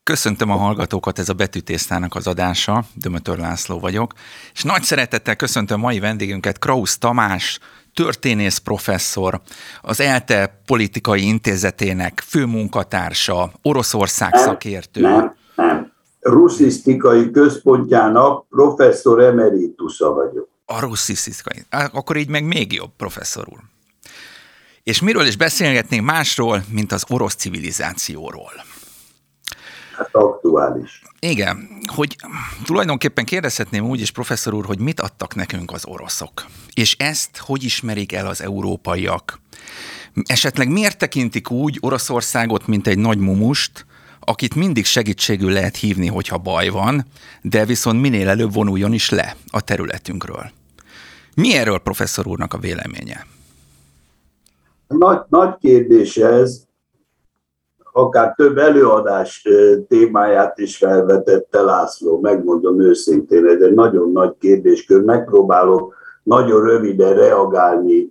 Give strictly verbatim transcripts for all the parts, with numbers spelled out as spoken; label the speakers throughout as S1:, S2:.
S1: Köszöntöm a hallgatókat, ez a Betűtésztának az adása, Dömötör László vagyok, és nagy szeretettel köszöntöm mai vendégünket, Krausz Tamás, történész professzor, az ELTE Politikai Intézetének főmunkatársa, Oroszország
S2: nem,
S1: szakértő.
S2: Nem, nem. Russzisztikai központjának professzor emeritusa vagyok.
S1: A russzisztikai. Akkor így meg még jobb, professzor úr. És miről is beszélgetnénk másról, mint az orosz civilizációról?
S2: Hát aktuális.
S1: Igen, hogy tulajdonképpen kérdezhetném úgy is, professzor úr, hogy mit adtak nekünk az oroszok, és ezt hogy ismerik el az európaiak? Esetleg miért tekintik úgy Oroszországot, mint egy nagy mumust, akit mindig segítségül lehet hívni, hogyha baj van, de viszont minél előbb vonuljon is le a területünkről? Mi erről professzor úrnak a véleménye?
S2: Nagy, nagy kérdés ez, akár több előadás témáját is felvetette László, megmondom őszintén, ez egy nagyon nagy kérdéskör, megpróbálok nagyon röviden reagálni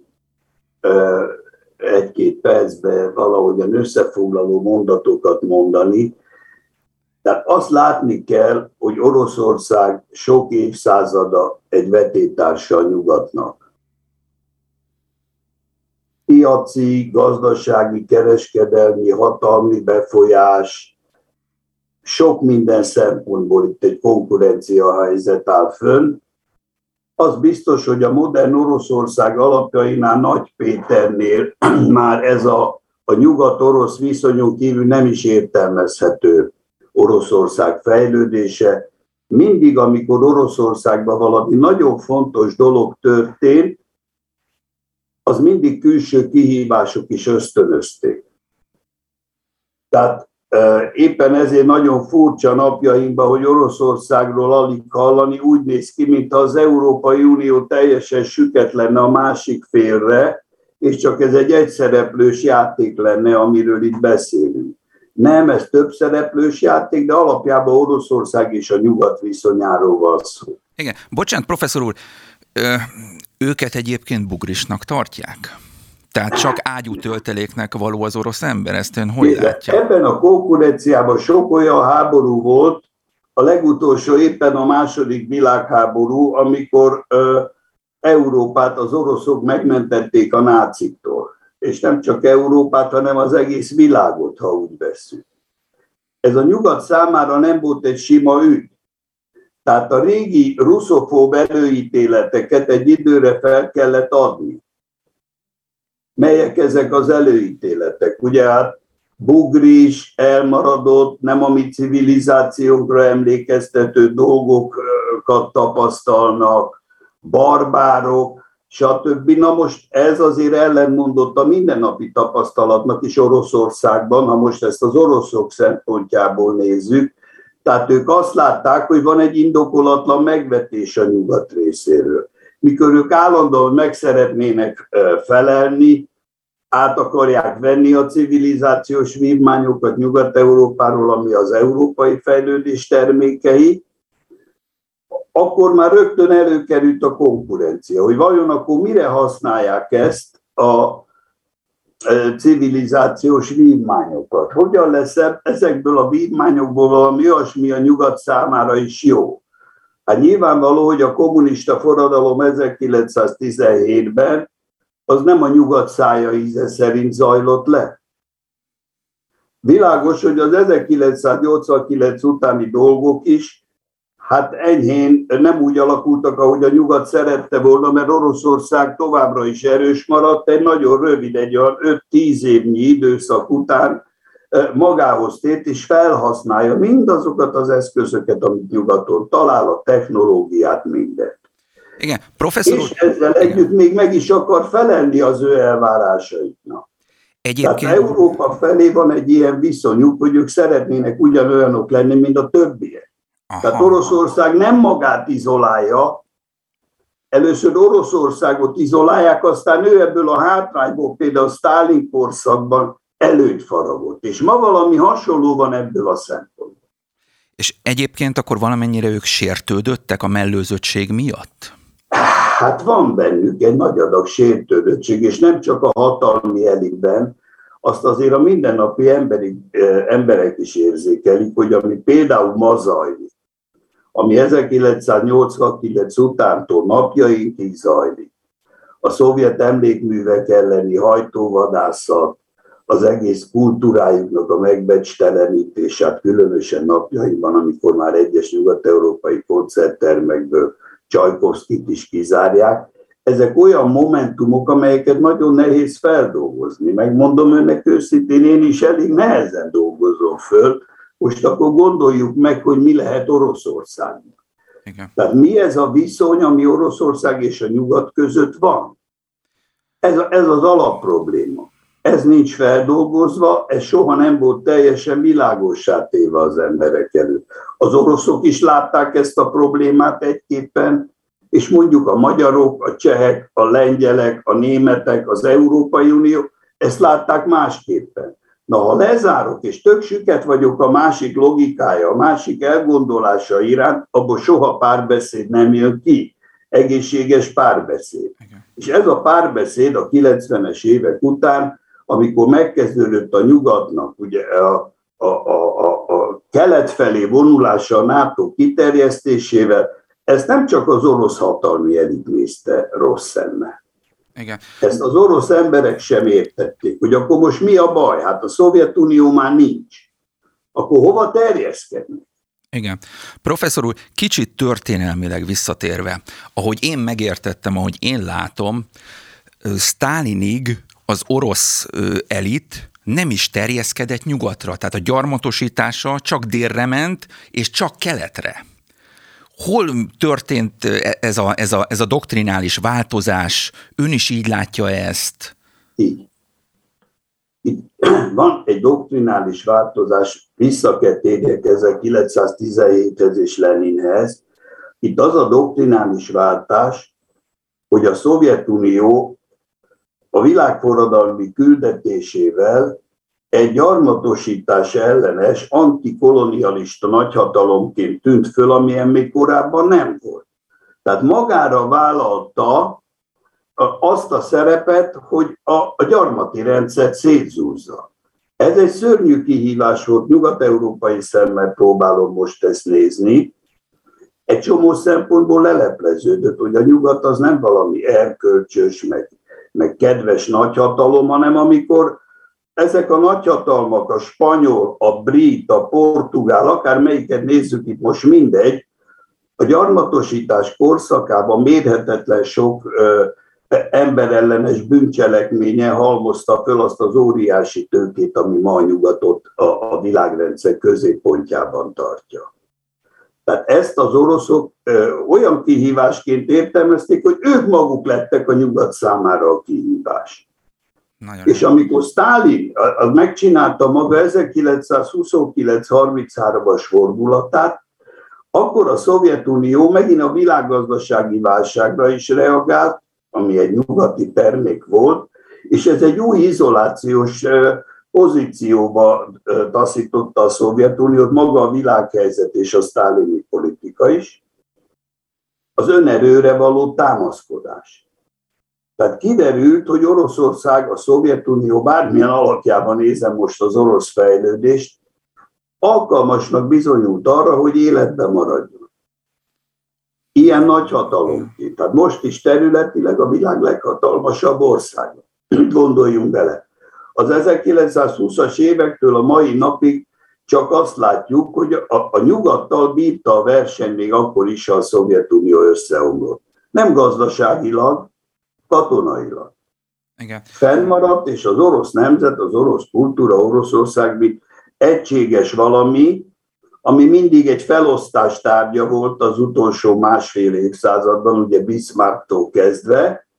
S2: egy-két percben valahogyan összefoglaló mondatokat mondani. Tehát azt látni kell, hogy Oroszország sok évszázada egy vetélytársa a nyugatnak. Piaci, gazdasági, kereskedelmi, hatalmi befolyás, sok minden szempontból itt egy konkurencia helyzet áll fönn. Az biztos, hogy a modern Oroszország alapjainál Nagy Péternél már ez a, a nyugat-orosz viszonyon kívül nem is értelmezhető Oroszország fejlődése. Mindig, amikor Oroszországban valami nagyon fontos dolog történt, az mindig külső kihívások is ösztönözték. Tehát e, éppen ezért nagyon furcsa napjainkban, hogy Oroszországról alig hallani, úgy néz ki, mintha az Európai Unió teljesen süket lenne a másik félre, és csak ez egy egyszereplős játék lenne, amiről itt beszélünk. Nem, ez többszereplős játék, de alapjában Oroszország és a nyugat viszonyáról van szó.
S1: Igen, bocsánat, professzor úr, ö, őket egyébként bugrisnak tartják? Tehát csak ágyú tölteléknek való az orosz ember? Ezt ön hogy látja?
S2: Ebben a konkurenciában sok olyan háború volt, a legutolsó éppen a második világháború, amikor ö, Európát az oroszok megmentették a náciktól. És nem csak Európát, hanem az egész világot, ha úgy vesszük. Ez a nyugat számára nem volt egy sima ügy. Tehát a régi russzofób előítéleteket egy időre fel kellett adni. Melyek ezek az előítéletek? Ugye hát bugris, elmaradott, nem a mi civilizációnkra emlékeztető dolgokat tapasztalnak, barbárok, stb. Na most ez azért ellentmondott a mindennapi tapasztalatnak is Oroszországban, ha most ezt az oroszok szempontjából nézzük. Tehát ők azt látták, hogy van egy indokolatlan megvetés a nyugat részéről. Mikor ők állandóan meg szeretnének felelni, át akarják venni a civilizációs vívmányokat Nyugat-Európáról, ami az európai fejlődés termékei, akkor már rögtön előkerült a konkurencia, hogy vajon akkor mire használják ezt a civilizációs vívmányokat. Hogyan lesz ezekből a vívmányokból valami olyasmi a nyugat számára is jó? Hát nyilvánvaló, hogy a kommunista forradalom ezerkilencszáztizenhétben az nem a nyugat szája íze szerint zajlott le. Világos, hogy az ezerkilencszáznyolcvankilenc utáni dolgok is hát enyhén nem úgy alakultak, ahogy a nyugat szerette volna, mert Oroszország továbbra is erős maradt, egy nagyon rövid, egy olyan öt-tíz évnyi időszak után magához tért, és felhasználja mindazokat az eszközöket, amit nyugaton talál, a technológiát, mindent.
S1: Igen, professzor...
S2: És ezzel igen. együtt még meg is akar felelni az ő elvárásaiknak. Egyébként... Tehát Európa felé van egy ilyen viszonyuk, hogy ők szeretnének ugyanolyanok lenni, mint a többiek. Aha. Tehát Oroszország nem magát izolálja, először Oroszországot izolálják, aztán ő ebből a hátrányból például Sztálin korszakban előtt faragott. És ma valami hasonló van ebből a szempontból.
S1: És egyébként akkor valamennyire ők sértődöttek a mellőzöttség miatt?
S2: Hát van bennük egy nagy adag sértődöttség, és nem csak a hatalmi elitben, azt azért a mindennapi emberi, emberek is érzékelik, hogy ami például ma zajlik, ami ezerkilencszáznyolcvankilenc utántól napjainkig zajlik, a szovjet emlékművek elleni hajtóvadászat, az egész kultúrájuknak a megbecstelenítése, különösen napjainkban, amikor már egyes nyugat-európai koncerttermekből Csajkovszkit is kizárják, ezek olyan momentumok, amelyeket nagyon nehéz feldolgozni. Megmondom önnek őszintén, én is elég nehezen dolgozom föl. Most akkor gondoljuk meg, hogy mi lehet Oroszországban. Igen. Tehát mi ez a viszony, ami Oroszország és a nyugat között van? Ez, ez az alapprobléma. Ez nincs feldolgozva, ez soha nem volt teljesen világossá téve az emberek előtt. Az oroszok is látták ezt a problémát egyképpen, és mondjuk a magyarok, a csehek, a lengyelek, a németek, az Európai Unió ezt látták másképpen. Na, ha lezárok, és tök süket vagyok a másik logikája, a másik elgondolása iránt, abból soha párbeszéd nem jön ki. Egészséges párbeszéd. Igen. És ez a párbeszéd a kilencvenes évek után, amikor megkezdődött a nyugatnak, ugye a, a, a, a, a kelet felé vonulása a NATO kiterjesztésével, ezt nem csak az orosz hatalmi elit nézte rossz szemmel.
S1: Igen.
S2: Ezt az orosz emberek sem értették, hogy akkor most mi a baj? Hát a Szovjetunió már nincs. Akkor hova terjeszkedni?
S1: Igen. Professzor úr, kicsit történelmileg visszatérve, ahogy én megértettem, ahogy én látom, Sztálinig az orosz elit nem is terjeszkedett nyugatra, tehát a gyarmatosítása csak délre ment, és csak keletre. Hol történt ez a, ez a, ez a doktrinális változás? Ön is így látja ezt?
S2: Így. Itt van egy doktrinális változás, vissza kell térjek ezerkilencszáztizenhéthez és Leninhez. Itt az a doktrinális váltás, hogy a Szovjetunió a világforradalmi küldetésével egy gyarmatosítás ellenes, antikolonialista nagyhatalomként tűnt föl, amilyen még korábban nem volt. Tehát magára vállalta azt a szerepet, hogy a, a gyarmati rendszert szétzúzza. Ez egy szörnyű kihívás volt, nyugat-európai szemmel próbálom most ezt nézni. Egy csomó szempontból lelepleződött, hogy a nyugat az nem valami erkölcsös, meg, meg kedves nagyhatalom, hanem amikor ezek a nagyhatalmak, a spanyol, a brit, a portugál, akár melyiket nézzük itt most mindegy, a gyarmatosítás korszakában mérhetetlen sok ö, emberellenes bűncselekménye halmozta föl azt az óriási tőkét, ami ma a nyugatot a, a világrendszer középpontjában tartja. Tehát ezt az oroszok ö, olyan kihívásként értelmezték, hogy ők maguk lettek a nyugat számára a kihívás. Nagyon és amikor Sztálin az megcsinálta maga ezerkilencszázhuszonkilenc harminchárom-as fordulatát, akkor a Szovjetunió megint a világgazdasági válságra is reagált, ami egy nyugati termék volt, és ez egy új izolációs pozícióba taszította a Szovjetuniót, maga a világhelyzet és a sztálini politika is, az önerőre való támaszkodás. Tehát kiderült, hogy Oroszország, a Szovjetunió bármilyen alakjában nézem most az orosz fejlődést, alkalmasnak bizonyult arra, hogy életben maradjon. Ilyen nagy hatalomként. Tehát most is területileg a világ leghatalmasabb országa. Gondoljunk bele. Az ezerkilencszázhúszas évektől a mai napig csak azt látjuk, hogy a, a nyugattal bírta a verseny még akkor is, ha a Szovjetunió összeomlott. Nem gazdaságilag, katonailag.
S1: Igen.
S2: Fennmaradt, és az orosz nemzet, az orosz kultúra, Oroszország, mint egységes valami, ami mindig egy felosztás tárgya volt az utolsó másfél évszázadban, ugye Bismarcktól kezdve,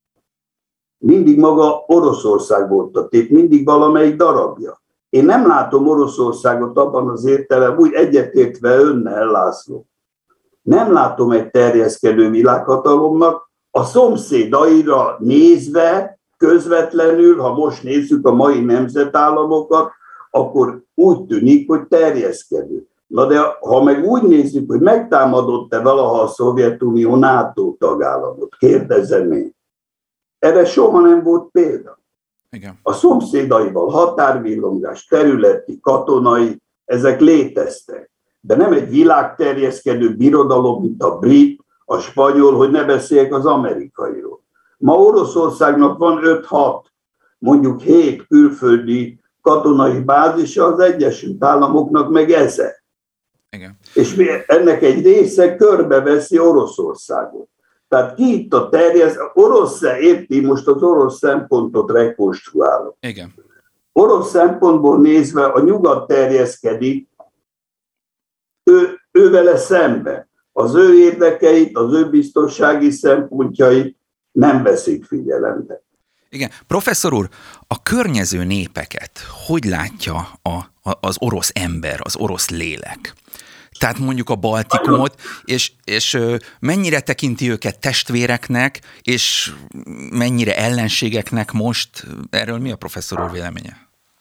S2: mindig maga Oroszország volt a tép, mindig valamelyik darabja. Én nem látom Oroszországot abban az értelemben, úgy egyetértve önnel, László. Nem látom egy terjeszkedő világhatalomnak, a szomszédaira nézve, közvetlenül, ha most nézzük a mai nemzetállamokat, akkor úgy tűnik, hogy terjeszkedő. Na de ha meg úgy nézzük, hogy megtámadott-e valaha a Szovjetunió NATO tagállamot, kérdezzem én. Erre soha nem volt példa.
S1: Igen.
S2: A szomszédaival határvillongás, területi, katonai, ezek léteztek. De nem egy világterjeszkedő birodalom, mint a brit, a spanyol, hogy ne beszéljek az amerikairól. Ma Oroszországnak van öt-hat, mondjuk hét külföldi katonai bázisa, az Egyesült Államoknak meg ezer.
S1: Igen.
S2: És ennek egy része körbeveszi Oroszországot. Tehát ki itt a terjesz, orosz-e érti, most az orosz szempontot rekonstruálok.
S1: Igen.
S2: Orosz szempontból nézve a nyugat terjeszkedik, ő, ő vele szembe. Az ő érdekeit, az ő biztonsági szempontjait nem veszik figyelembe.
S1: Igen. Professzor úr, a környező népeket hogy látja a, a, az orosz ember, az orosz lélek? Tehát mondjuk a Baltikumot, és, és mennyire tekinti őket testvéreknek, és mennyire ellenségeknek most? Erről mi a professzor úr véleménye?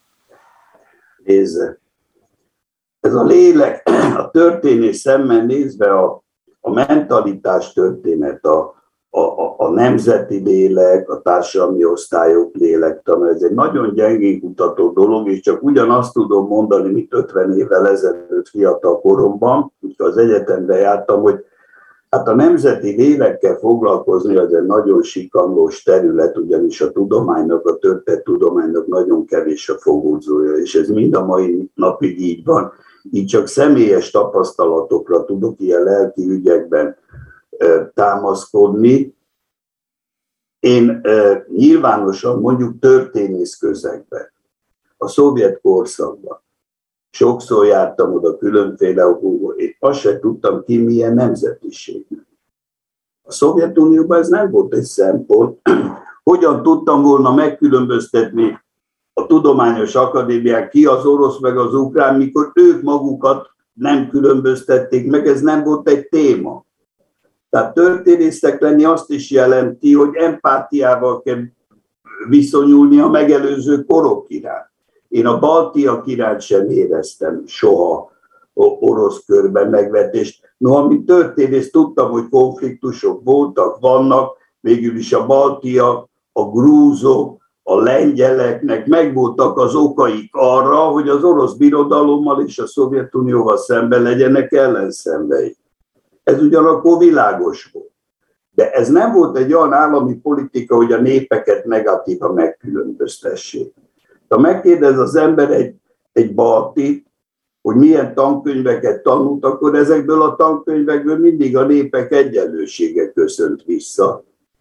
S2: Nézze, ez a lélek, a történés szemmel nézve a, a mentalitás történet, a, a, a nemzeti lélek, a társadalmi osztályok lélektana, ez egy nagyon gyengén kutató dolog, és csak ugyanazt tudom mondani, mint ötven évvel ezelőtt fiatal koromban, amikor az egyetemre jártam, hogy hát a nemzeti lélekkel foglalkozni az egy nagyon sikamlós terület, ugyanis a tudománynak, a történettudománynak nagyon kevés a fogódzója, és ez mind a mai napig így van. Így csak személyes tapasztalatokra tudok ilyen lelki ügyekben támaszkodni. Én nyilvánosan, mondjuk történész közegben, a szovjet korszakban sokszor jártam oda különféle okokból, én azt sem tudtam ki, milyen nemzetiségnek. A Szovjetunióban ez nem volt egy szempont. Hogyan tudtam volna megkülönböztetni a tudományos akadémiák ki az orosz meg az ukrán, mikor ők magukat nem különböztették meg, ez nem volt egy téma. Tehát történésznek lenni azt is jelenti, hogy empátiával kell viszonyulni a megelőző korok iránt. Én a baltiak iránt sem éreztem soha orosz körben megvetést. Noha, mint történész tudtam, hogy konfliktusok voltak, vannak, végül is a baltiak, a grúzok, a lengyeleknek megvoltak az okaik arra, hogy az orosz birodalommal és a Szovjetunióval szemben legyenek ellenszembei. Ez ugyanakkor világos volt. De ez nem volt egy olyan állami politika, hogy a népeket negatívan megkülönböztessék. Ha megkérdez az ember egy, egy baltit, hogy milyen tankönyveket tanult, akkor ezekből a tankönyvekből mindig a népek egyenlősége köszönt vissza.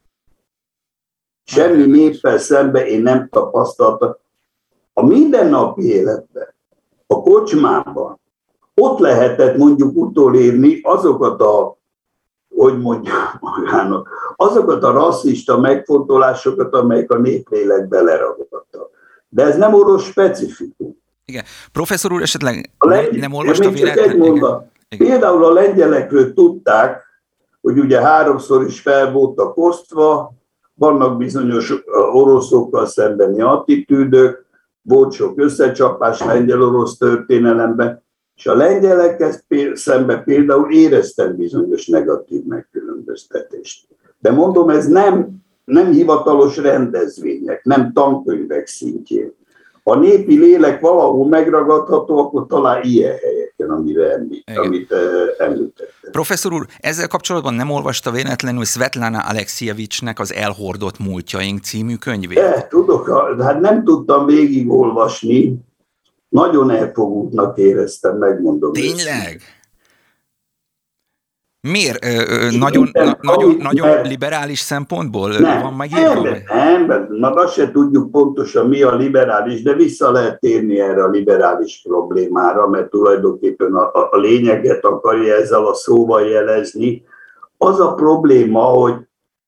S2: Semmi néppel szemben én nem tapasztaltam. A mindennapi életben, a kocsmában, ott lehetett mondjuk utolérni azokat a, hogy mondjam magának, azokat a rasszista megfontolásokat, amelyek a néplélek beleragadtak. De ez nem orosz specifikum.
S1: Igen. Professzor úr esetleg
S2: lengy-
S1: nem olvasta
S2: véletlenül? Például a lengyelekről tudták, hogy ugye háromszor is fel voltak osztva, vannak bizonyos oroszokkal szembeni attitűdök, volt sok összecsapás lengyel-orosz történelemben, és a lengyelekkel szemben például éreztem bizonyos negatív megkülönböztetést. De mondom, ez nem, nem hivatalos rendezvények, nem tankönyvek szintjén. Ha a népi lélek valahol megragadható, akkor talán ilyen helyeken, amire említ, amit uh, említettem.
S1: Professzor úr, ezzel kapcsolatban nem olvasta véletlenül Svetlana Alexijevicsnek az Elhordott múltjaink című könyvét?
S2: De, tudok, hát nem tudtam végigolvasni, nagyon elfogultnak éreztem, megmondom.
S1: Tényleg? Miért? Ö, ö, nagyon na, nagyon, nagyon liberális szempontból
S2: nem,
S1: van megírva?
S2: Nem, nem, nem, meg azt se tudjuk pontosan, mi a liberális, de vissza lehet térni erre a liberális problémára, mert tulajdonképpen a, a, a lényeget akarja ezzel a szóval jelezni. Az a probléma, hogy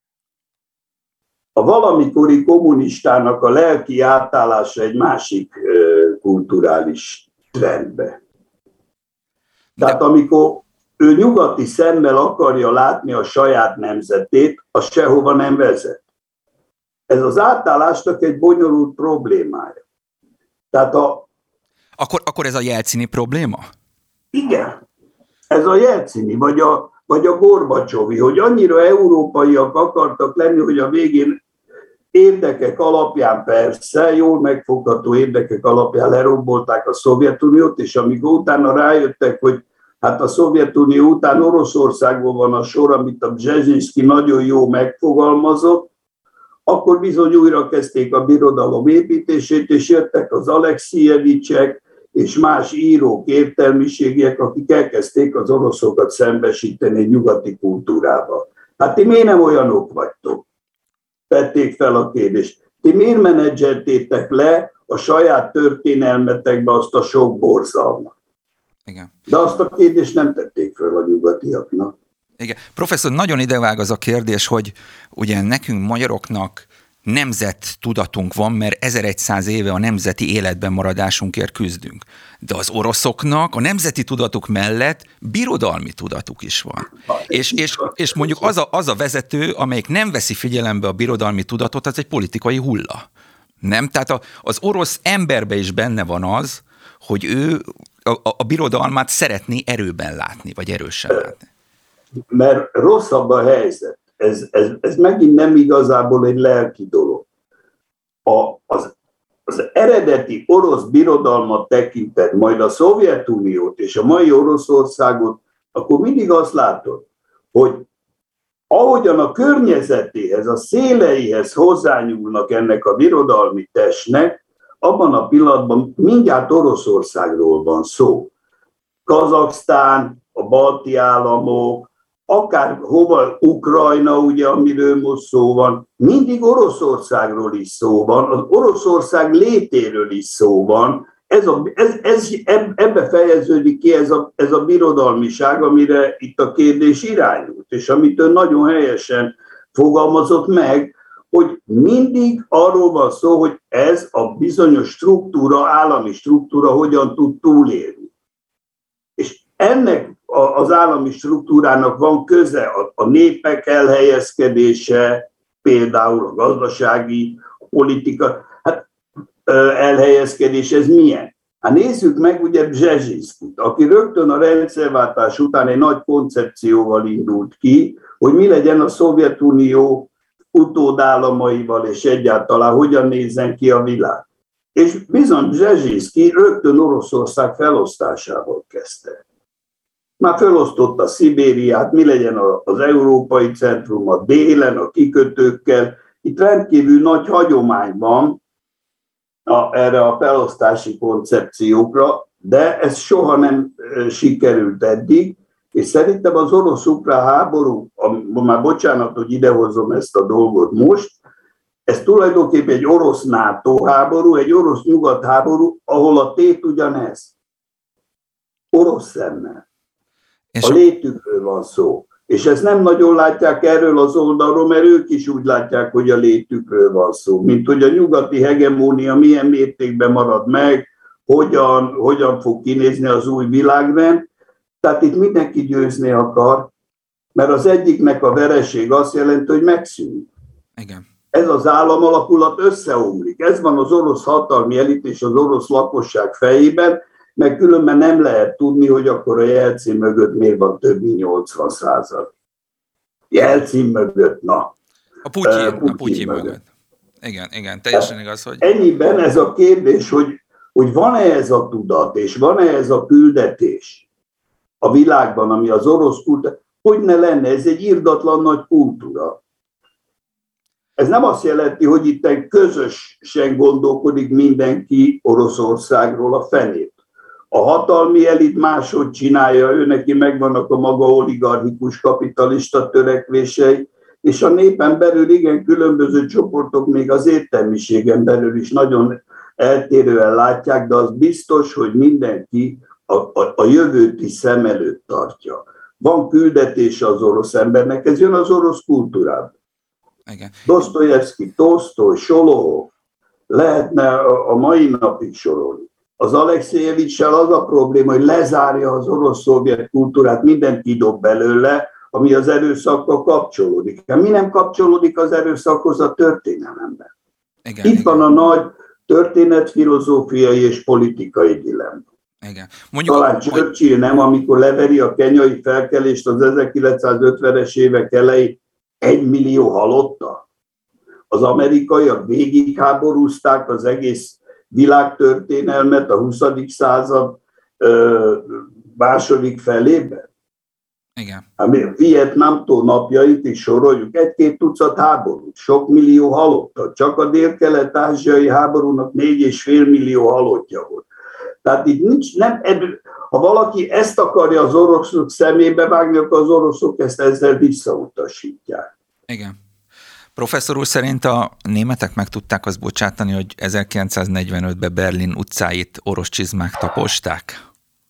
S2: a valamikori kommunistának a lelki átállása egy másik ö, kulturális trendbe. Tehát amikor ő nyugati szemmel akarja látni a saját nemzetét, az sehova nem vezet. Ez az átállásnak egy bonyolult problémája. Tehát a...
S1: Akkor, akkor ez a Jelcini probléma?
S2: Igen. Ez a Jelcini, vagy a, vagy a Gorbacsovi, hogy annyira európaiak akartak lenni, hogy a végén érdekek alapján persze, jól megfogható érdekek alapján lerombolták a Szovjetuniót, és amikor utána rájöttek, hogy hát a Szovjetunió után Oroszországban van a sor, amit a Bzsezsinszky nagyon jó megfogalmazott, akkor bizony újra kezdték a birodalom építését, és jöttek az Alexijevicsek és más írók, értelmiségiek, akik elkezdték az oroszokat szembesíteni nyugati kultúrával. Hát ti miért nem olyanok vagytok? Tették fel a kérdést. Ti miért menedzseltétek le a saját történelmetekbe azt a sok borzalmat?
S1: Igen.
S2: De azt a kérdést nem tették fel a nyugatiaknak.
S1: Igen. Professzor, nagyon idevág az a kérdés, hogy ugye nekünk magyaroknak nemzettudatunk van, mert ezerszáz éve a nemzeti életben maradásunkért küzdünk. De az oroszoknak a nemzeti tudatuk mellett birodalmi tudatuk is van. És, és, és mondjuk az a, az a vezető, amelyik nem veszi figyelembe a birodalmi tudatot, az egy politikai hulla. Nem? Tehát a, az orosz emberbe is benne van az, hogy ő a, a birodalmát szeretné erőben látni, vagy erősen látni.
S2: Mert rosszabb a helyzet. Ez, ez, ez megint nem igazából egy lelki dolog. A, az, az eredeti orosz birodalmat tekinted, majd a Szovjetuniót és a mai Oroszországot, akkor mindig azt látod, hogy ahogyan a környezetéhez, a széleihez hozzányúlnak ennek a birodalmi testnek, abban a pillanatban mindjárt Oroszországról van szó. Kazaksztán, a balti államok, akár hova, Ukrajna, ugye, amiről most szó van, mindig Oroszországról is szó van, az Oroszország létéről is szó van. Ez a, ez, ez, ebbe fejeződik ki ez a, ez a birodalmiság, amire itt a kérdés irányult, és amit ön nagyon helyesen fogalmazott meg, hogy mindig arról van szó, hogy ez a bizonyos struktúra, állami struktúra hogyan tud túlélni. És ennek az állami struktúrának van köze a, a népek elhelyezkedése, például a gazdasági, a politika, hát elhelyezkedés, ez milyen? Hát nézzük meg ugye Bzsezsinszkyt, aki rögtön a rendszerváltás után egy nagy koncepcióval indult ki, hogy mi legyen a Szovjetunió utódállamaival, és egyáltalán hogyan nézzen ki a világ. És bizony Bzsezsinszky rögtön Oroszország felosztásával kezdte. Már felosztotta Szibériát, mi legyen az európai centrum, a délen, a kikötőkkel. Itt rendkívül nagy hagyomány van a, erre a felosztási koncepciókra, de ez soha nem e, sikerült eddig, és szerintem az orosz-ukrán háború, a, már bocsánat, hogy idehozom ezt a dolgot most, ez tulajdonképpen egy orosz-NATO háború, egy orosz-nyugat háború, ahol a tét ugyanez. Orosz szemmel. A létükről van szó. És ezt nem nagyon látják erről az oldalról, mert ők is úgy látják, hogy a létükről van szó. Mint hogy a nyugati hegemónia milyen mértékben marad meg, hogyan, hogyan fog kinézni az új világrend. Tehát itt mindenki győzni akar, mert az egyiknek a vereség azt jelenti, hogy megszűnik. Igen. Ez az államalakulat összeomlik. Ez van az orosz hatalmi elit és az orosz lakosság fejében, meg különben nem lehet tudni, hogy akkor a Jelcin mögött miért van több mint nyolcvan százalék. Jelcin mögött, na.
S1: A Putyin, uh, Putyin, a Putyin mögött. mögött. Igen, igen, teljesen igaz, hogy...
S2: Ennyiben ez a kérdés, hogy, hogy van-e ez a tudat, és van-e ez a küldetés a világban, ami az orosz kultúra, hogy ne lenne, ez egy irdatlan nagy kultúra. Ez nem azt jelenti, hogy itt közösen gondolkodik mindenki Oroszországról a fenét. A hatalmi elit máshogy csinálja, ő neki megvannak a maga oligarchikus kapitalista törekvései, és a népen belül igen különböző csoportok még az értelmiségen belül is nagyon eltérően látják, de az biztos, hogy mindenki a, a, a jövőt is szem előtt tartja. Van küldetése az orosz embernek, ez jön az orosz kultúrába. Dosztojevszky, Tolsztoj, Solohov, lehetne a, a mai napig sorolni. Az Alexijevicsel az a probléma, hogy lezárja az orosz-szovjet kultúrát, mindent kidob belőle, ami az erőszakkal kapcsolódik. Mi nem kapcsolódik az erőszakhoz a történelemben? Igen, Itt igen. van a nagy történetfilozófiai és politikai dilemma. Igen. Mondjuk, Talán Churchill hogy... nem, amikor leveri a kenyai felkelést az ezerkilencszázötvenes évek elején, egy millió halotta. az amerikaiak végigháborúzták az egész világtörténelmet a huszadik század ö, második felében.
S1: Igen.
S2: Hát Vietnámtól napjait is soroljuk, egy-két tucat háborút, sok millió halottat. Csak a dél-kelet-ázsiai háborúnak négy és fél millió halottja volt. Tehát itt nincs, nem, ha valaki ezt akarja az oroszok szemébe vágni, akkor az oroszok ezt ezzel visszautasítják.
S1: Igen. Professzor úr szerint a németek meg tudták azt bocsátani, hogy ezerkilencszáznegyvenötben Berlin utcáit orosz csizmák taposták?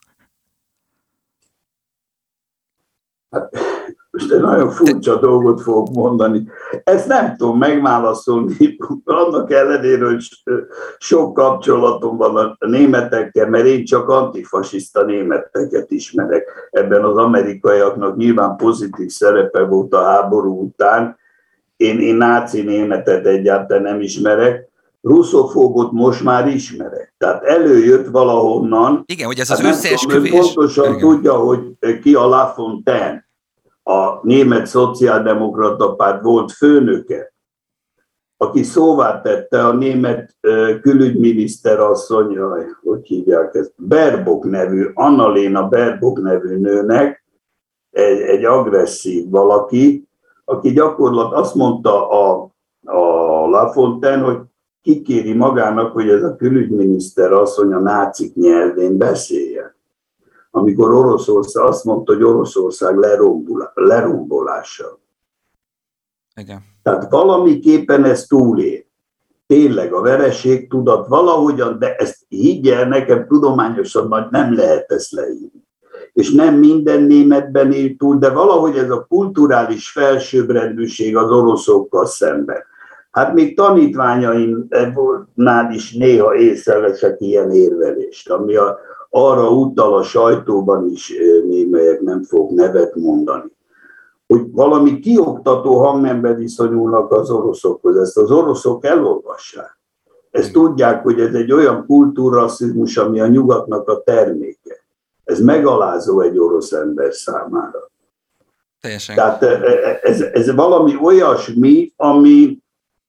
S2: Hát, most egy nagyon furcsa dolgot fogok mondani. Ezt nem tudom megválaszolni, annak ellenére, hogy sok kapcsolatom van a németekkel, mert én csak antifasiszta németeket ismerek. Ebben az amerikaiaknak nyilván pozitív szerepe volt a háború után. Én, én náci németet egyáltalán nem ismerek. Russzofóbot most már ismerek. Tehát előjött valahonnan.
S1: Igen, hogy ez az
S2: hát
S1: összeesküvés.
S2: Tudom, pontosan
S1: Igen.
S2: tudja, hogy ki a Lafontaine, a német szociáldemokrata párt volt főnöke, aki szóvá tette a német külügyminiszter asszony, hogy hívják ezt, Baerbock nevű, Annalena Baerbock nevű nőnek, egy, egy agresszív valaki, aki gyakorlatilag azt mondta a, a Lafontaine, hogy kikéri magának, hogy ez a külügyminiszter asszony a nácik nyelvén beszéljen. Amikor Oroszország azt mondta, hogy Oroszország lerombolása.
S1: Igen.
S2: Tehát valamiképpen ez túlér. Tényleg a vereségtudat valahogyan, de ezt higgyel, nekem tudományosan nagy nem lehet ezt leírni. És nem minden németben él túl, de valahogy ez a kulturális felsőbbrendűség az oroszokkal szemben. Hát még tanítványaimnál is néha észreveszek ilyen érvelést, ami a, arra utal a sajtóban is, némelyek nem fog nevet mondani, hogy valami kioktató hangnemben viszonyulnak az oroszokhoz. Ezt az oroszok elolvassák. Ezt tudják, hogy ez egy olyan kultúrrasszizmus, ami a nyugatnak a terméke. Ez megalázó egy orosz ember számára.
S1: Teljesen.
S2: Tehát ez, ez valami olyasmi, ami,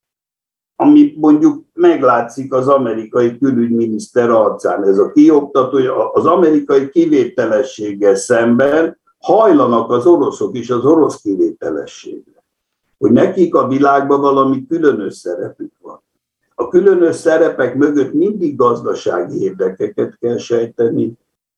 S2: ami mondjuk meglátszik az amerikai külügyminiszter arcán. Ez a kioktató, az amerikai kivételességgel szemben hajlanak az oroszok is az orosz kivételességre. Hogy nekik a világban valami különös szerepük van. A különös szerepek mögött mindig gazdasági érdekeket kell sejteni,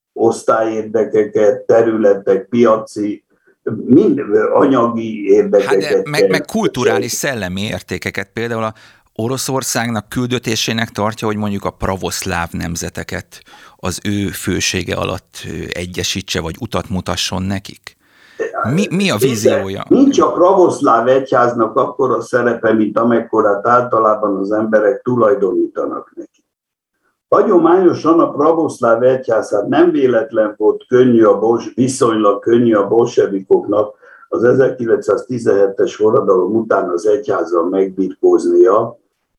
S2: osztályérdekeket, területek, piaci, mind anyagi érdekeket.
S1: Hát de meg, meg kulturális szellemi értékeket. Például a Oroszországnak küldetésének tartja, hogy mondjuk a pravoszláv nemzeteket az ő fősége alatt egyesítse, vagy utat mutasson nekik. Mi, mi a víziója?
S2: Nincs a pravoszláv egyháznak akkora szerepe, mint amekkorát általában az emberek tulajdonítanak neki. Hagyományosan a pravoszláv egyház, hát nem véletlen volt könnyű a bos, viszonylag könnyű a bolsevikoknak az ezerkilencszáztizenhetes forradalom után az egyházzal megbirkóznia,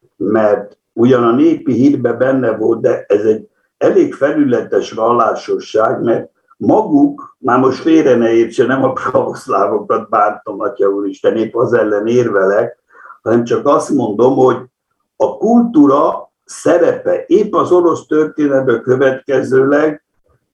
S2: mert ugyan a népi hitben benne volt, de ez egy elég felületes vallásosság, mert maguk, már most félre ne értse, nem a pravoszlávokat bántom, Atya Úristen, épp az ellen érvelek, hanem csak azt mondom, hogy a kultúra szerepe épp az orosz történetből következőleg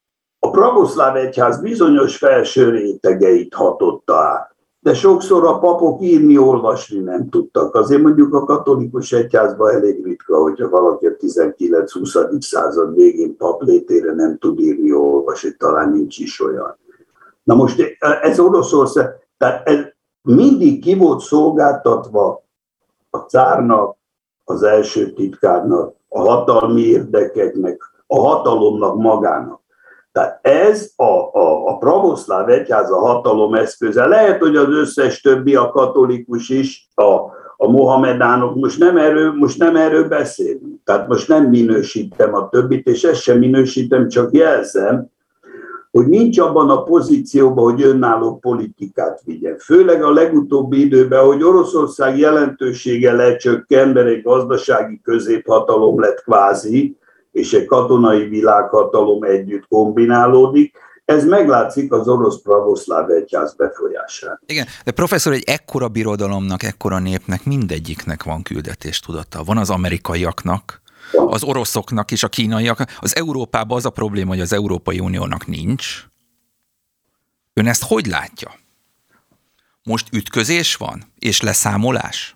S2: a pravoszláv egyház bizonyos felső rétegeit hatotta át. De sokszor a papok írni, olvasni nem tudtak. Azért mondjuk a katolikus egyházban elég ritka, hogyha valaki a tizenkilenc-huszadik század végén pap létére nem tud írni, olvasni, talán nincs is olyan. Na most ez Oroszország, tehát ez mindig ki volt szolgáltatva a cárnak, az első titkárnak, a hatalmi érdekeknek, a hatalomnak magának. Tehát ez a, a, a pravoszláv egyház a hatalom eszköze. Lehet, hogy az összes többi, a katolikus is, a, a mohamedánok, most nem, erről, most nem erről beszélünk. Tehát most nem minősítem a többit, és ezt sem minősítem, csak jelzem, hogy nincs abban a pozícióban, hogy önálló politikát vigyen. Főleg a legutóbbi időben, hogy Oroszország jelentősége lecsökken, mert egy gazdasági középhatalom lett kvázi, és egy katonai világhatalom együtt kombinálódik. Ez meglátszik az orosz pravoszláv egyház befolyásán.
S1: Igen, de professzor, egy ekkora birodalomnak, ekkora népnek mindegyiknek van küldetéstudata. Van az amerikaiaknak, az oroszoknak és a kínaiaknak. Az Európában az a probléma, hogy az Európai Uniónak nincs. Ön ezt hogy látja? Most ütközés van? És leszámolás?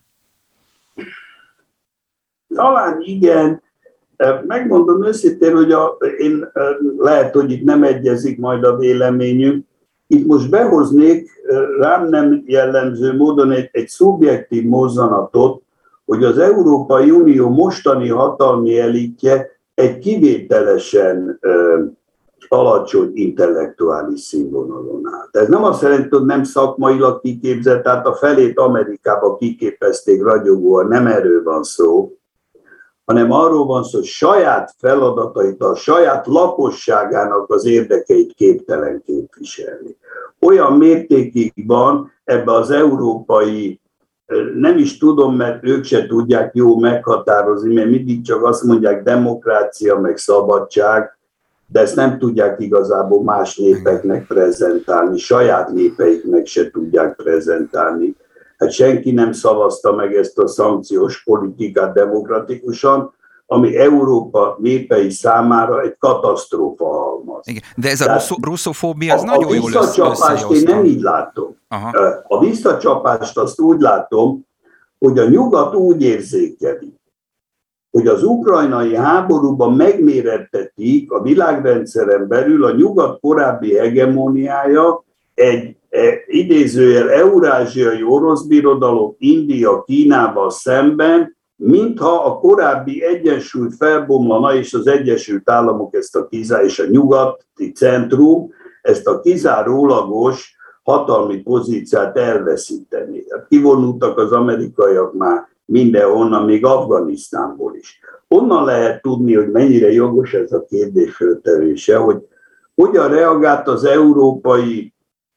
S2: Talán igen. Megmondom őszintén, hogy a, én, lehet, hogy itt nem egyezik majd a véleményünk. Itt most behoznék rám nem jellemző módon egy, egy szubjektív mozzanatot, hogy az Európai Unió mostani hatalmi elitje egy kivételesen ö, alacsony intellektuális színvonalon áll. Ez nem azt jelenti, hogy nem szakmailag kiképzett, tehát a felét Amerikába kiképezték ragyogóan, nem erről van szó, hanem arról van szó, hogy saját feladatait, a saját lakosságának az érdekeit képtelen képviselni. Olyan mértékig van ebbe az európai, nem is tudom, mert ők se tudják jó meghatározni, mert mindig csak azt mondják demokrácia, meg szabadság, de ezt nem tudják igazából más népeknek prezentálni, saját népeiknek se tudják prezentálni. Hát senki nem szavazta meg ezt a szankciós politikát demokratikusan, ami Európa népei számára egy katasztrófa halmaz.
S1: Igen, de ez a russzofóbia, ez nagyon jól összehozta.
S2: A visszacsapást én nem így látom. Aha. A visszacsapást azt úgy látom, hogy a nyugat úgy érzékeli, hogy az ukrajnai háborúban megmérettetik a világrendszeren belül a nyugat korábbi hegemóniája egy idézőjel eurázsiai orosz birodalom India Kínával szemben, mintha a korábbi egyensúly felbomlana, és az Egyesült Államok ezt a kizár, és a nyugati centrum ezt a kizárólagos hatalmi pozíciát elveszíteni. Kivonultak az amerikaiak már mindenhonnan, még Afganisztánból is. Onnan lehet tudni, hogy mennyire jogos ez a kérdés föltevése, hogy hogyan reagált az európai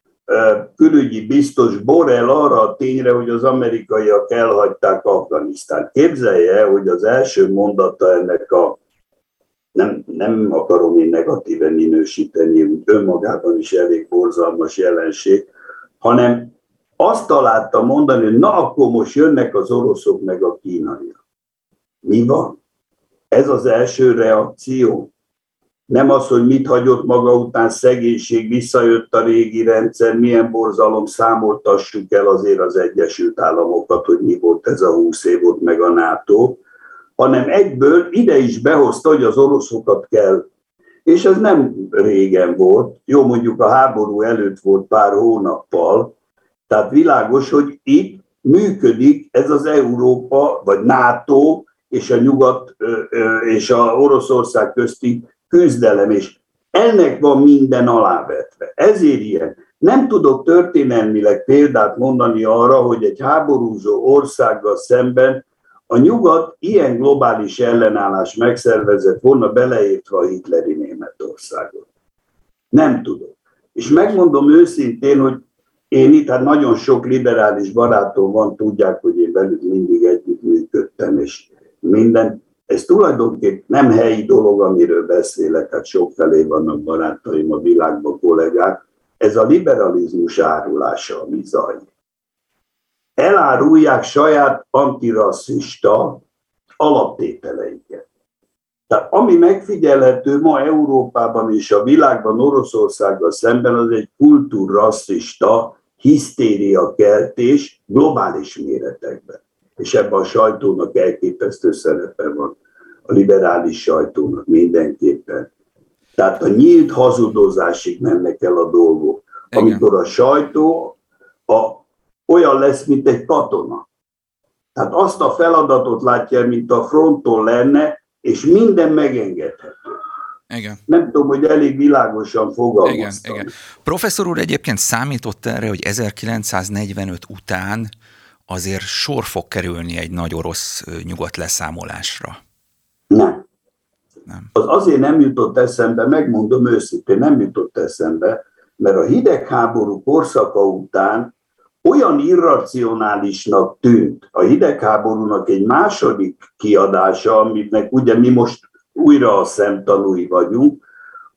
S2: külügyi biztos Borrell arra a tényre, hogy az amerikaiak elhagyták Afganisztánt. Képzelje, hogy az első mondata ennek a, nem, nem akarom én negatíven minősíteni, úgy önmagában is elég borzalmas jelenség, hanem azt találta mondani, hogy na akkor most jönnek az oroszok meg a kínaiak. Mi van? Ez az első reakció. Nem az, hogy mit hagyott maga után szegénység, visszajött a régi rendszer, milyen borzalom, számoltassuk el azért az Egyesült Államokat, hogy mi volt ez a húsz év volt meg a NATO, hanem egyből ide is behozta, hogy az oroszokat kell. És ez nem régen volt, jó mondjuk a háború előtt volt pár hónappal, tehát világos, hogy itt működik ez az Európa, vagy NATO és a Nyugat és a Oroszország közti küzdelem, és ennek van minden alávetve. Ezért ilyen. Nem tudok történelmileg példát mondani arra, hogy egy háborúzó országgal szemben a nyugat ilyen globális ellenállás megszervezett volna, beleértve a hitleri Németországot. Nem tudok. És megmondom őszintén, hogy én itt, hát nagyon sok liberális barátom van, tudják, hogy én velük mindig együttműködtem, és minden. Ez tulajdonképpen nem helyi dolog, amiről beszélek, hát sokfelé vannak barátaim a világban, kollégák. Ez a liberalizmus árulása, ami zajlik. Elárulják saját antirasszista alaptételeiket. Tehát ami megfigyelhető ma Európában és a világban Oroszországgal szemben, az egy kultúrrasszista hisztériakeltés globális méretekben. És ebben a sajtónak elképesztő szerepe van, a liberális sajtónak mindenképpen. Tehát a nyílt hazudozásig mennek el a dolgok, amikor a sajtó a, olyan lesz, mint egy katona. Tehát azt a feladatot látja, mint a fronton lenne, és minden megengedhető.
S1: Igen.
S2: Nem tudom, hogy elég világosan fogalmaztam.
S1: Igen, igen. Professzor úr egyébként számított erre, hogy ezerkilencszáznegyvenöt után azért sor fog kerülni egy nagy orosz nyugat leszámolásra?
S2: Nem. nem. Az azért nem jutott eszembe, megmondom őszintén, nem jutott eszembe, mert a hidegháború korszaka után olyan irracionálisnak tűnt a hidegháborúnak egy második kiadása, aminek ugye mi most újra a szemtanúi vagyunk,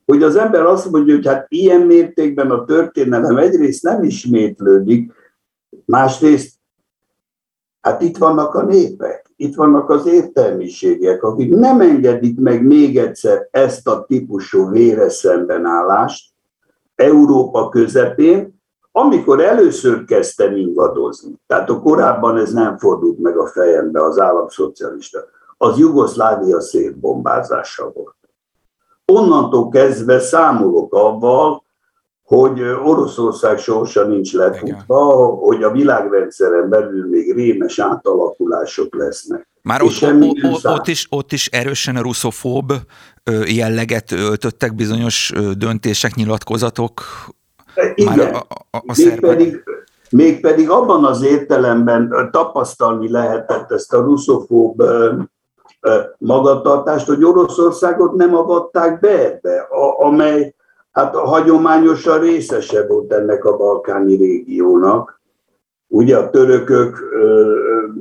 S2: hogy az ember azt mondja, hogy hát ilyen mértékben a történelem egyrészt nem ismétlődik, másrészt hát itt vannak a népek, itt vannak az értelmiségek, akik nem engedik meg még egyszer ezt a típusú véres szembenállást Európa közepén, amikor először kezdtem ingadozni. Tehát a korábban ez nem fordult meg a fejembe, az államszocialista. Az Jugoszlávia szétbombázása volt. Onnantól kezdve számolok avval, hogy Oroszország sorsa nincs letudva, hogy a világrendszeren belül még rémes átalakulások lesznek.
S1: Már ott, ott, ott, is, ott is erősen a russzofób jelleget öltöttek bizonyos döntések, nyilatkozatok.
S2: Igen, már a, a, a mégpedig, mégpedig abban az értelemben tapasztalni lehetett ezt a russzofób magatartást, hogy Oroszországot nem avatták be ebbe, amely hát hagyományosan részese volt ennek a balkáni régiónak. Ugye a törökök ö,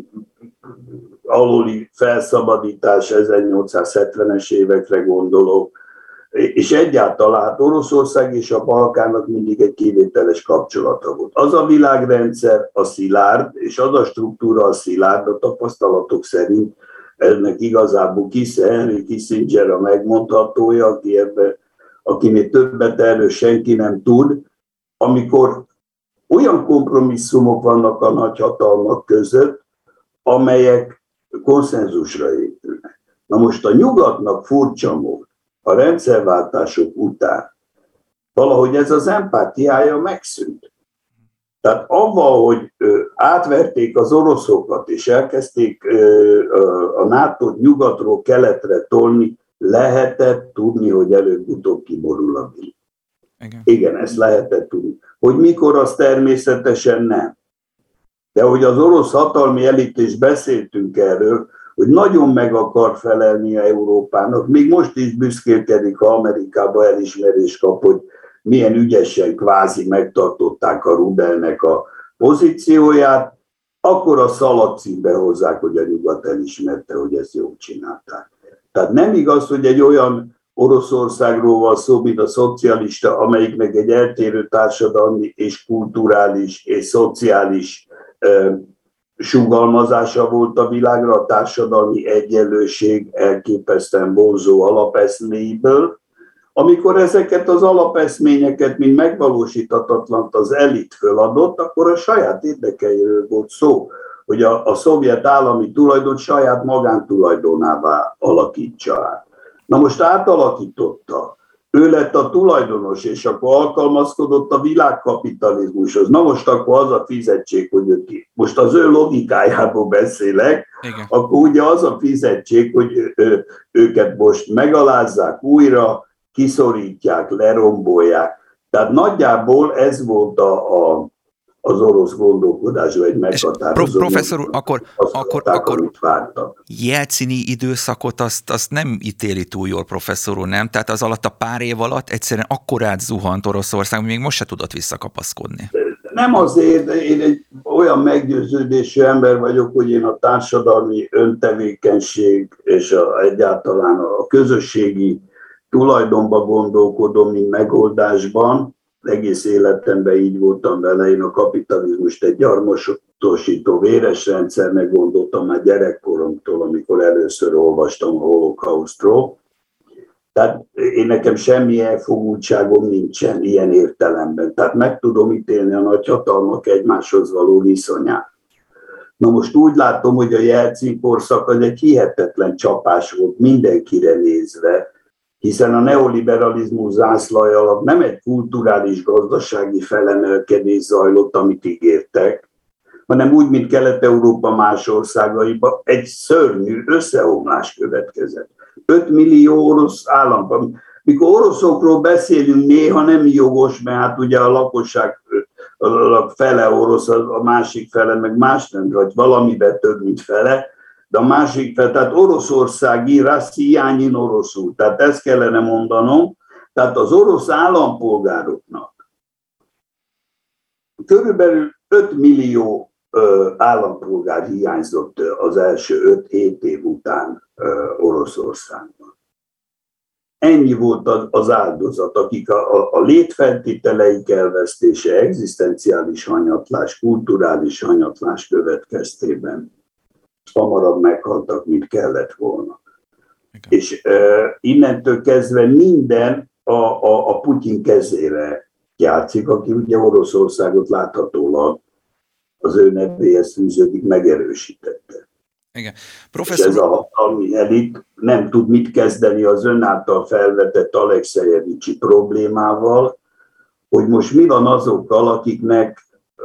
S2: aluli felszabadítás ezernyolcszázhetvenes évekre gondolok, és egyáltalán Oroszország és a Balkánnak mindig egy kivételes kapcsolata volt. Az a világrendszer a szilárd, és az a struktúra a szilárd, a tapasztalatok szerint ennek igazából Henry Kissinger a megmondhatója, aki ebben akinél többet erről senki nem tud, amikor olyan kompromisszumok vannak a nagyhatalmak között, amelyek konszenzusra épülnek. Na most a nyugatnak furcsa mód, a rendszerváltások után valahogy ez az empátiája megszűnt. Tehát avval, hogy átverték az oroszokat, és elkezdték a nátót nyugatról keletre tolni, lehetett tudni, hogy előbb-utóbb kiborul a világ. Igen. Igen, ezt lehetett tudni. Hogy mikor, az természetesen nem. De hogy az orosz hatalmi elit, és beszéltünk erről, hogy nagyon meg akar felelni a Európának, még most is büszkélkedik, ha Amerikába elismerés kap, hogy milyen ügyesen kvázi megtartották a rubelnek a pozícióját, akkor a szalagcímbe hozzák, hogy a nyugat elismerte, hogy ezt jól csinálták. Tehát nem igaz, hogy egy olyan Oroszországról van szó, mint a szocialista, amelyiknek egy eltérő társadalmi és kulturális és szociális e, sugalmazása volt a világra, a társadalmi egyenlőség elképesztően vonzó alapeszméiből. Amikor ezeket az alapeszményeket, mint megvalósíthatatlant az elit föladott, akkor a saját érdekeiről volt szó, hogy a, a szovjet állami tulajdon saját magántulajdonává alakítsa át. Na most átalakította, ő lett a tulajdonos, és akkor alkalmazkodott a világkapitalizmushoz. Na most akkor az a fizetség, hogy ő ki. Most az ő logikájából beszélek, igen. Akkor ugye az a fizetség, hogy ő, őket most megalázzák újra, kiszorítják, lerombolják. Tehát nagyjából ez volt a, a az orosz gondolkodásban egy meghatározó.
S1: Professzor úr, akkor, akkor, akkor Jelcini időszakot azt, azt nem ítéli túl jól, professzor úr, nem? Tehát az alatt a pár év alatt egyszerűen akkorát zuhant Oroszország, hogy még most se tudott visszakapaszkodni.
S2: Nem azért, én egy olyan meggyőződésű ember vagyok, hogy én a társadalmi öntevékenység és a, egyáltalán a közösségi tulajdonba gondolkodom, mint megoldásban. Egész életemben így voltam vele, én a kapitalizmust egy gyarmatosító véres rendszernek gondoltam már gyerekkoromtól, amikor először olvastam a holokausztról. Tehát én nekem semmi elfogultságom nincsen ilyen értelemben. Tehát meg tudom ítélni a nagyhatalmak egymáshoz való viszonyát. Na most úgy látom, hogy a Jelcin korszak az egy hihetetlen csapás volt mindenkire nézve, hiszen a neoliberalizmus zászlaja alatt nem egy kulturális gazdasági felemelkedés zajlott, amit ígértek, hanem úgy, mint Kelet-Európa más országaiban, egy szörnyű összeomlás következett. öt millió orosz állam. Mikor oroszokról beszélünk, néha nem jogos, mert hát ugye a lakosság a fele orosz, a másik fele meg más nem, vagy valamiben több, mint fele, de a másik fel, tehát oroszországi, rasszijányin oroszul, tehát ezt kellene mondanom, tehát az orosz állampolgároknak körülbelül öt millió ö, állampolgár hiányzott az első öt-hét év után ö, Oroszországban. ennyi volt az áldozat, akik a, a, a létfeltételeik elvesztése, egzisztenciális hanyatlás, kulturális hanyatlás következtében hamarabb meghaltak, mint kellett volna. Igen. És uh, innentől kezdve minden a, a, a Putyin kezére játszik, aki ugye Oroszországot láthatólag az ő nevéhez fűződik, megerősítette.
S1: Igen.
S2: Professzor... És ez a hatalmi elit nem tud mit kezdeni az ön által felvetett Alexejevicsi problémával, hogy most mi van azokkal, akiknek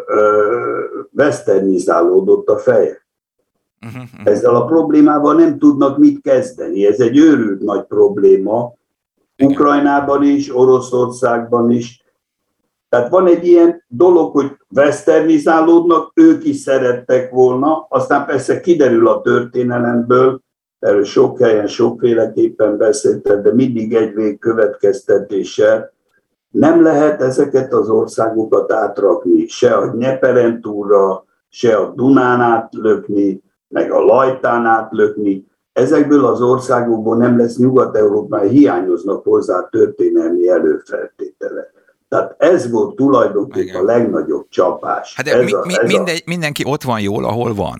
S2: westernizálódott a feje. Uh-huh, uh-huh. Ezzel a problémával nem tudnak mit kezdeni. Ez egy őrült nagy probléma. Igen. Ukrajnában is, Oroszországban is. Tehát van egy ilyen dolog, hogy westernizálódnak, ők is szerettek volna, aztán persze kiderül a történelemből, erről sok helyen sokféleképpen beszéltek, de mindig egy végkövetkeztetéssel, nem lehet ezeket az országokat átrakni, se a Dnyeperen túlra, se a Dunán átlökni, meg a Lajtán átlökni. Ezekből az országokból nem lesz Nyugat-Európában, hiányoznak hozzá történelmi előfeltételek. Tehát ez volt tulajdonképpen igen. a legnagyobb csapás.
S1: Hát ez mi, a, ez minden, a... mindenki ott van jól, ahol van.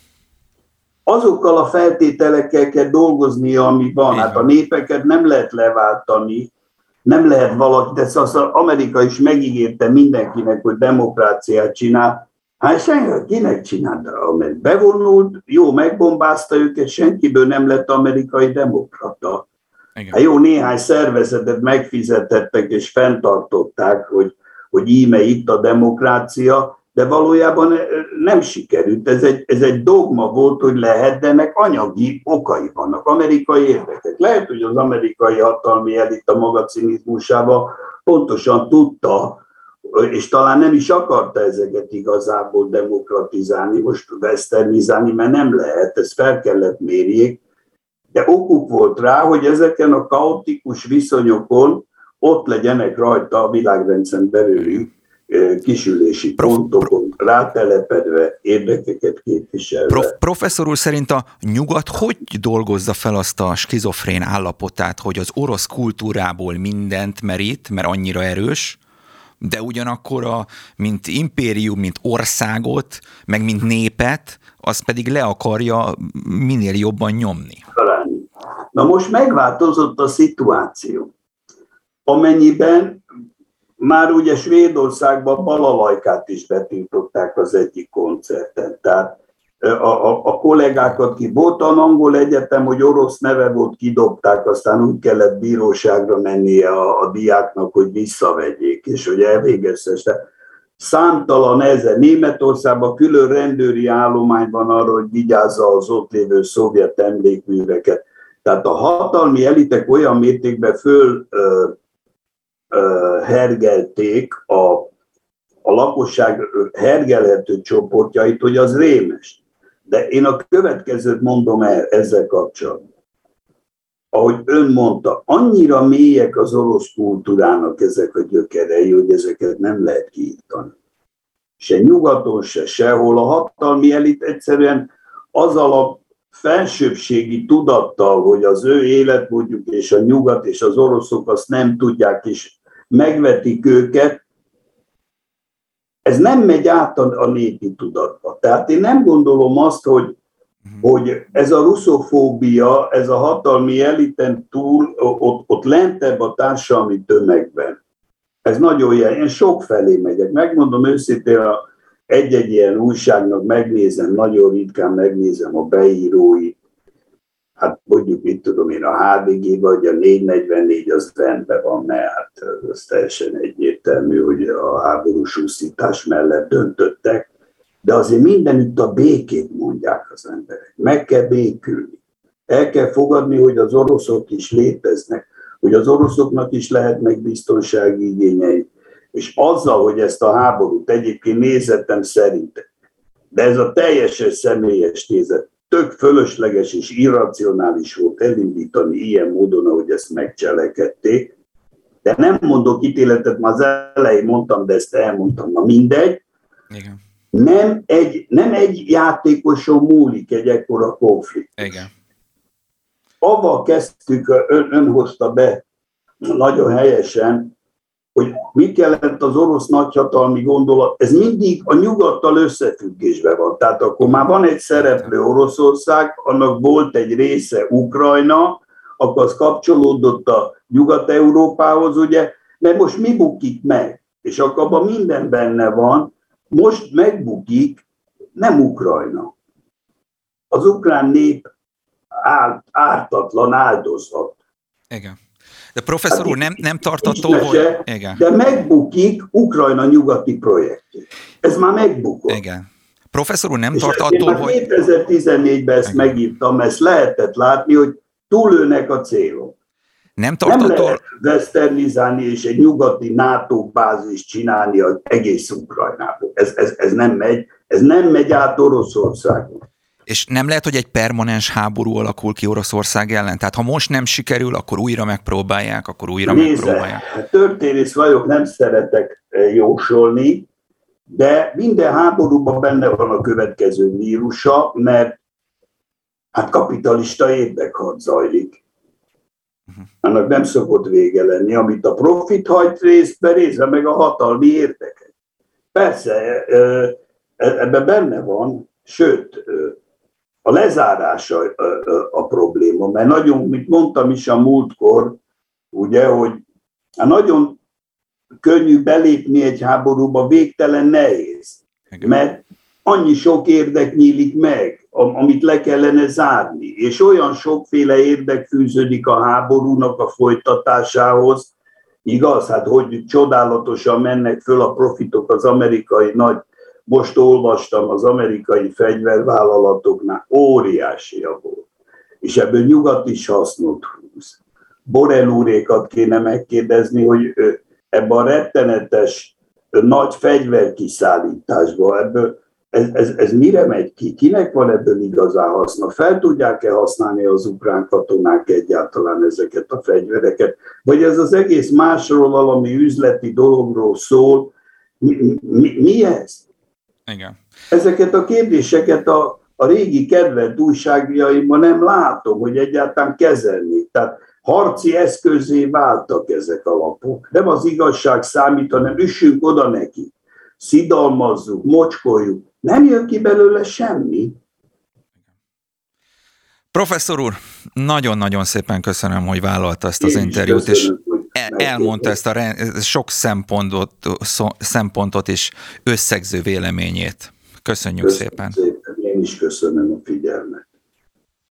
S2: Azokkal a feltételekkel kell dolgoznia, ami van. Igen. Hát a népeket nem lehet leváltani, nem lehet valaki, de az Amerika is megígérte mindenkinek, hogy demokráciát csinál. Hát senki, kinek csinált? Amelyik bevonult, jó, megbombázta őket, senkiből nem lett amerikai demokrata. Hát jó, néhány szervezetet megfizetettek és fenntartották, hogy, hogy íme itt a demokrácia, de valójában nem sikerült. Ez egy, ez egy dogma volt, hogy lehet, de ennek anyagi okai vannak, amerikai érdekek. Lehet, hogy az amerikai hatalmi elit a maga cinizmusával pontosan tudta, és talán nem is akarta ezeket igazából demokratizálni, most westernizálni, mert nem lehet, ezt fel kellett mérjék, de okuk volt rá, hogy ezeken a kaotikus viszonyokon ott legyenek rajta a világrendszeren belüli kisülési pontokon, rátelepedve, érdekeket képviselve.
S1: Prof, professzor úr, szerint a nyugat hogy dolgozza fel azt a skizofrén állapotát, hogy az orosz kultúrából mindent merít, mert annyira erős, de ugyanakkor, a, mint impérium, mint országot, meg mint népet, az pedig le akarja minél jobban nyomni.
S2: Na most megváltozott a szituáció, amennyiben már ugye Svédországban balalajkát is betiltották az egyik koncerten. Tehát a, a, a kollégákat ki volt an angol egyetem, hogy orosz neve volt, kidobták, aztán úgy kellett bíróságra mennie a, a diáknak, hogy visszavegyék, és hogy elvégezte. Számtalan ezer. Németországban külön rendőri állomány van arra, hogy vigyázza az ott lévő szovjet emlékműveket. Tehát a hatalmi elitek olyan mértékben föl ö, ö, hergelték a, a lakosság hergelhető csoportjait, hogy az rémes. De én a következőt mondom el ezzel kapcsolatban. Ahogy ön mondta, annyira mélyek az orosz kultúrának ezek a gyökerei, hogy ezeket nem lehet kiírtani. Se nyugaton, se sehol. A hatalmi elit egyszerűen azzal a felsőbbségi tudattal, hogy az ő életmódjuk és a nyugat és az oroszok azt nem tudják, és megvetik őket, ez nem megy át a, a népi tudatba. Tehát én nem gondolom azt, hogy, hogy ez a russzofóbia, ez a hatalmi eliten túl, ott, ott lentebb a társadalmi tömegben. Ez nagyon ilyen. Én sok felé megyek. Megmondom őszintén, a egy-egy ilyen újságnak megnézem, nagyon ritkán megnézem a beíróit. Hát mondjuk, mit tudom én, a há dé gé vagy a négyszáznegyvennégy az rendben van, mert hát az teljesen egyértelmű, hogy a háborús úszítás mellett döntöttek, de azért mindenütt a békét mondják az emberek. Meg kell békülni. El kell fogadni, hogy az oroszok is léteznek, hogy az oroszoknak is lehetnek biztonsági igényei. És azzal, hogy ezt a háborút egyébként nézetem szerint, de ez a teljesen személyes nézet, tök fölösleges és irracionális volt elindítani ilyen módon, ahogy ezt megcselekedték. De nem mondok ítéletet, már az elején mondtam, de ezt elmondtam, na mindegy. Igen. Nem, egy, nem egy játékoson múlik egy ekkora konfliktus.
S1: Igen.
S2: avval kezdtük, ön, ön hozta be nagyon helyesen, hogy mit jelent az orosz nagyhatalmi gondolat, ez mindig a nyugattal összefüggésben van. Tehát akkor már van egy szereplő Oroszország, annak volt egy része Ukrajna, akkor az kapcsolódott a Nyugat-Európához, ugye, mert most mi bukik meg? És akkor abban minden benne van, most megbukik nem Ukrajna. Az ukrán nép árt, ártatlan, áldozat.
S1: Igen. De professzor hát úr, nem, nem tart attól,
S2: mese,
S1: hogy... Igen.
S2: De megbukik Ukrajna nyugati projektje. Ez már megbukott.
S1: Igen. Professzor úr, nem
S2: és
S1: tart attól, hogy...
S2: kétezer-tizennégyben ezt igen. megírtam, ezt lehetett látni, hogy túlőnek a célok.
S1: Nem tart
S2: nem
S1: attól...
S2: lehet westernizálni és egy nyugati NATO bázist csinálni az egész Ukrajnából. Ez, ez, ez nem megy, ez nem megy át Oroszországon.
S1: És nem lehet, hogy egy permanens háború alakul ki Oroszország ellen? Tehát ha most nem sikerül, akkor újra megpróbálják, akkor újra
S2: Nézze,
S1: megpróbálják.
S2: Történész vagyok, nem szeretek jósolni, de minden háborúban benne van a következő vírusa, mert hát kapitalista érdekharc zajlik. Annak nem szokott vége lenni, amit a profit hajt részbe, részbe meg a hatalmi érdekek. Persze, ebben benne van, sőt, a lezárása a probléma, mert nagyon, mint mondtam is a múltkor, ugye, hogy nagyon könnyű belépni egy háborúba, végtelen nehéz, mert annyi sok érdek nyílik meg, amit le kellene zárni, és olyan sokféle érdek fűződik a háborúnak a folytatásához, igaz, hát hogy csodálatosan mennek föl a profitok az amerikai nagy, most olvastam az amerikai fegyvervállalatoknál, óriási a volt, és ebből nyugat is hasznot húz. Borrell úrékat kéne megkérdezni, hogy ebben a rettenetes nagy fegyverkiszállításban, ebből ez, ez, ez mire megy ki? Kinek van ebből igazán haszna? Fel tudják-e használni az ukrán katonák egyáltalán ezeket a fegyvereket? Vagy ez az egész másról valami üzleti dologról szól? Mi, mi, mi ez?
S1: Igen.
S2: Ezeket a kérdéseket a, a régi kedvelt újságjaimban nem látom, hogy egyáltalán kezelni. Tehát harci eszközé váltak ezek a lapok. Nem az igazság számít, hanem üssünk oda neki. Szidalmazzuk, mocskoljuk. Nem jön ki belőle semmi.
S1: Professzor úr, nagyon-nagyon szépen köszönöm, hogy vállalta ezt az Én interjút, köszönöm, és elmondta ezt a sok szempontot, szempontot és összegző véleményét. Köszönjük
S2: köszönöm
S1: szépen.
S2: szépen. Én is köszönöm a figyelmet.